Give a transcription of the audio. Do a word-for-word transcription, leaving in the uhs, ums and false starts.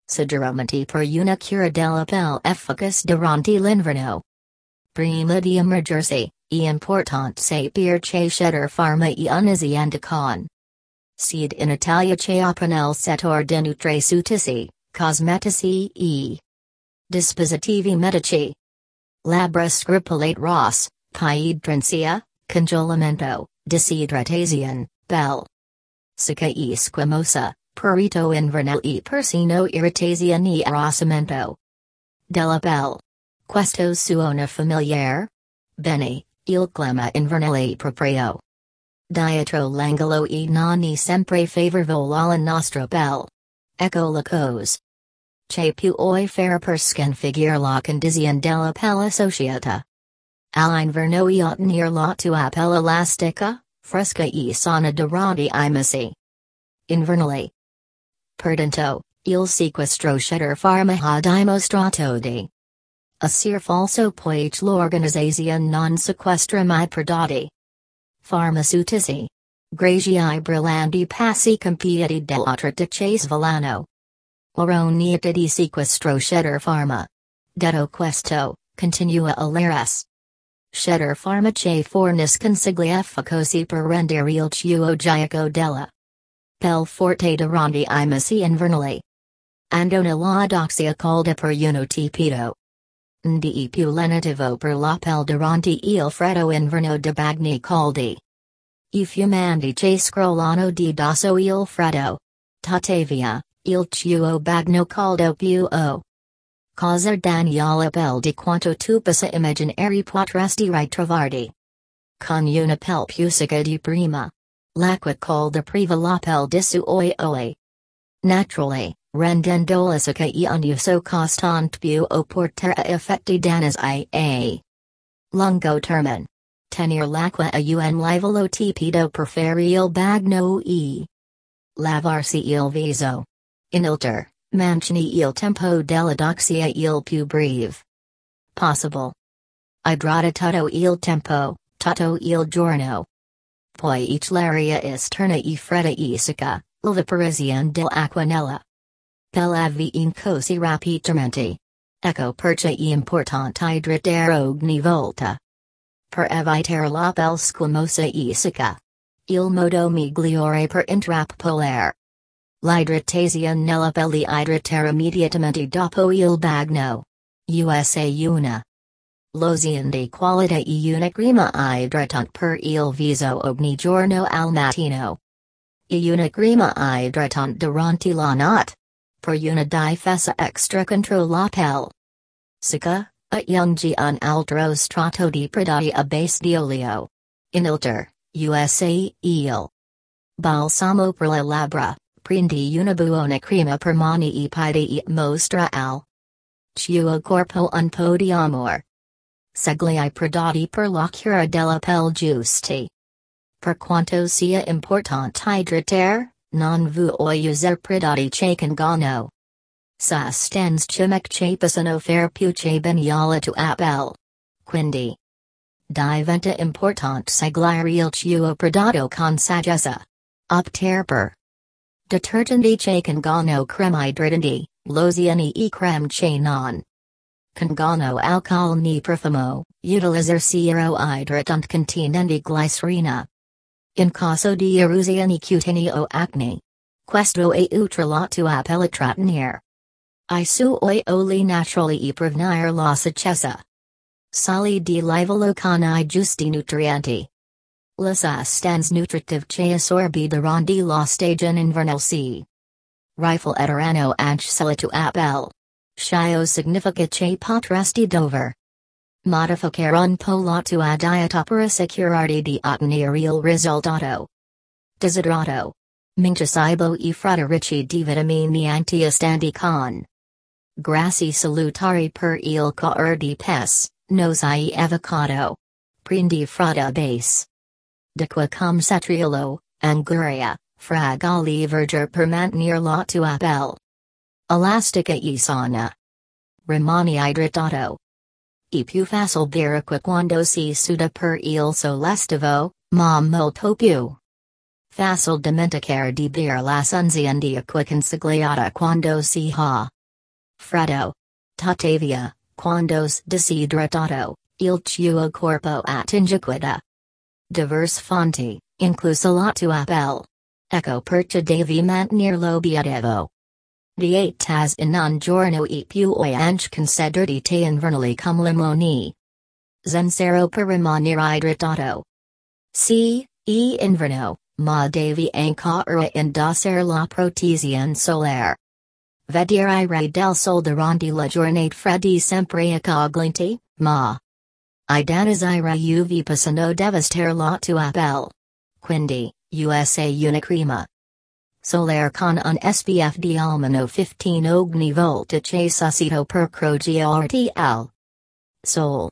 Sicuramente per una cura della pelle efficace durante l'inverno. Prima di emergency, è importante sapere che cheddar farma e un'azienda con sede in Italia che opera nel settore di nutraceutici, cosmetici e dispositivi medici. Labra scripolate Ross, Piedrencia, congelamento, disidratazione, bel. Sicca e squamosa, perito invernale e persino irritazione e arrossamento della pelle. Questo suona familiare? Bene, il clima invernale proprio dietro l'angolo e non è sempre favorevole alla nostra pelle. Ecco la cosa che puoi fare per sconfiggere la condizione della pelle associata all'inverno e ottenere la tua pelle elastica, fresca e sana durante i mesi invernali. Pertanto, il sequestro cheddar farma ha dimostrato di essere falso poiché l'organizzazione non sequestra mai prodotti farmaceutici. Grazie ai brillanti passi compiuti dall'altra dice Svolano. Oroniata di sequestro cheddar farma. Detto questo, continua a leres. Cheddar farma che fornisce consigli efficaci per rendere il tuo gioco della pelle forte durante i mesi invernali. Andona la doxia calda per uno tipido di più lenitivo per la pelle durante il freddo inverno de bagni caldi. I fumanti che scrollano di dosso il freddo. Tuttavia, il tuo bagno caldo più o cosa daniela pelle di quanto tu possa immaginare potresti ritrovarti con una pelle più secca di prima. L'acqua calda priva la pelle di suoi oli naturali, rendendola secca e un uso costante più o portare a effetti dannosi a lungo termine. Tenere l'acqua a un livello tipido per fare il bagno e lavarsi il viso. Inoltre, mantieni il tempo della doxia il più breve possible. Idrata tutto il tempo, tutto il giorno. Poi l'aria esterna e fredda e secca, l'evaporazione dell'acqua nella pelle avviene così rapidamente. Ecco perché è importante idratare ogni volta. Per evitare la pelle squamosa e secca. Il modo migliore per intrappolare l'idratazione nella pelle è idratare immediatamente dopo il bagno. U S A una lozione di qualità e una crema idratante per il viso ogni giorno al mattino. E una crema idratante durante la notte. Per una difesa extra contro la pelle secca. Aggiungi un altro strato di prodotti a base di olio. Inoltre, U S A il balsamo per le labbra, prendi una buona crema per mani e piedi e mostra al tuo corpo un po' di amore. Segui i prodotti per la cura della pelle giusti. Per quanto sia importante idratare, non vuoi usare prodotti che conganno sostanze chimiche che possono fare più che bene alla tua pelle. Quindi, diventa importante seguire il tuo prodotto con saggezza. Optare per detergenti che conganno creme idratanti, lozioni e creme che non conganno alcol ni profumo, utilizzare siero idratante contenente glicerina. In caso di erosione cutanea o acne. Questo aiuta la tua pelle a trattenere i suoi oli naturali e prevenire la secchezza. Sali di livello con i giusti nutrienti. Le sostanze nutritive che assorbi durante la stagione invernale si rifletteranno anche sulla tua pelle. Ciò significa che potresti dover modificare un po' la tua dieta per assicurarti di ottenere il risultato desiderato. Mangia cibo e frutta ricci di vitamine antiossidanti con grassi salutari per il cuore di pes, noci e avocado. Prendi frutta base d'acqua come cetriolo, anguria, fragole verger per mantenere la tua pelle elastica e sana. Rimani idratato. E più facile bere acqua quando si suda per il sole estivo, ma molto più facile dimenticare di bere la sunzione di acqua consigliata quando si ha freddo. Tuttavia, quando s desidratato, il tuo corpo attingiquita diverse fonti, inclusa la tua pelle. Ecco perché devi mantenere l'obiettivo di eightas in un giorno e più anche considerate invernali come limoni. Zenzero per rimanere idratato. Sì, e inverno, ma devi ancora indossare la protezione solare. Vedere re del sol durante la giornata fredda sempre accogliente, ma I danizzare U V passano devastare la tua pelle. Quindi, usa una crema solare con un S P F di almeno quindici ogni volta che suscito per crogiarti al sol.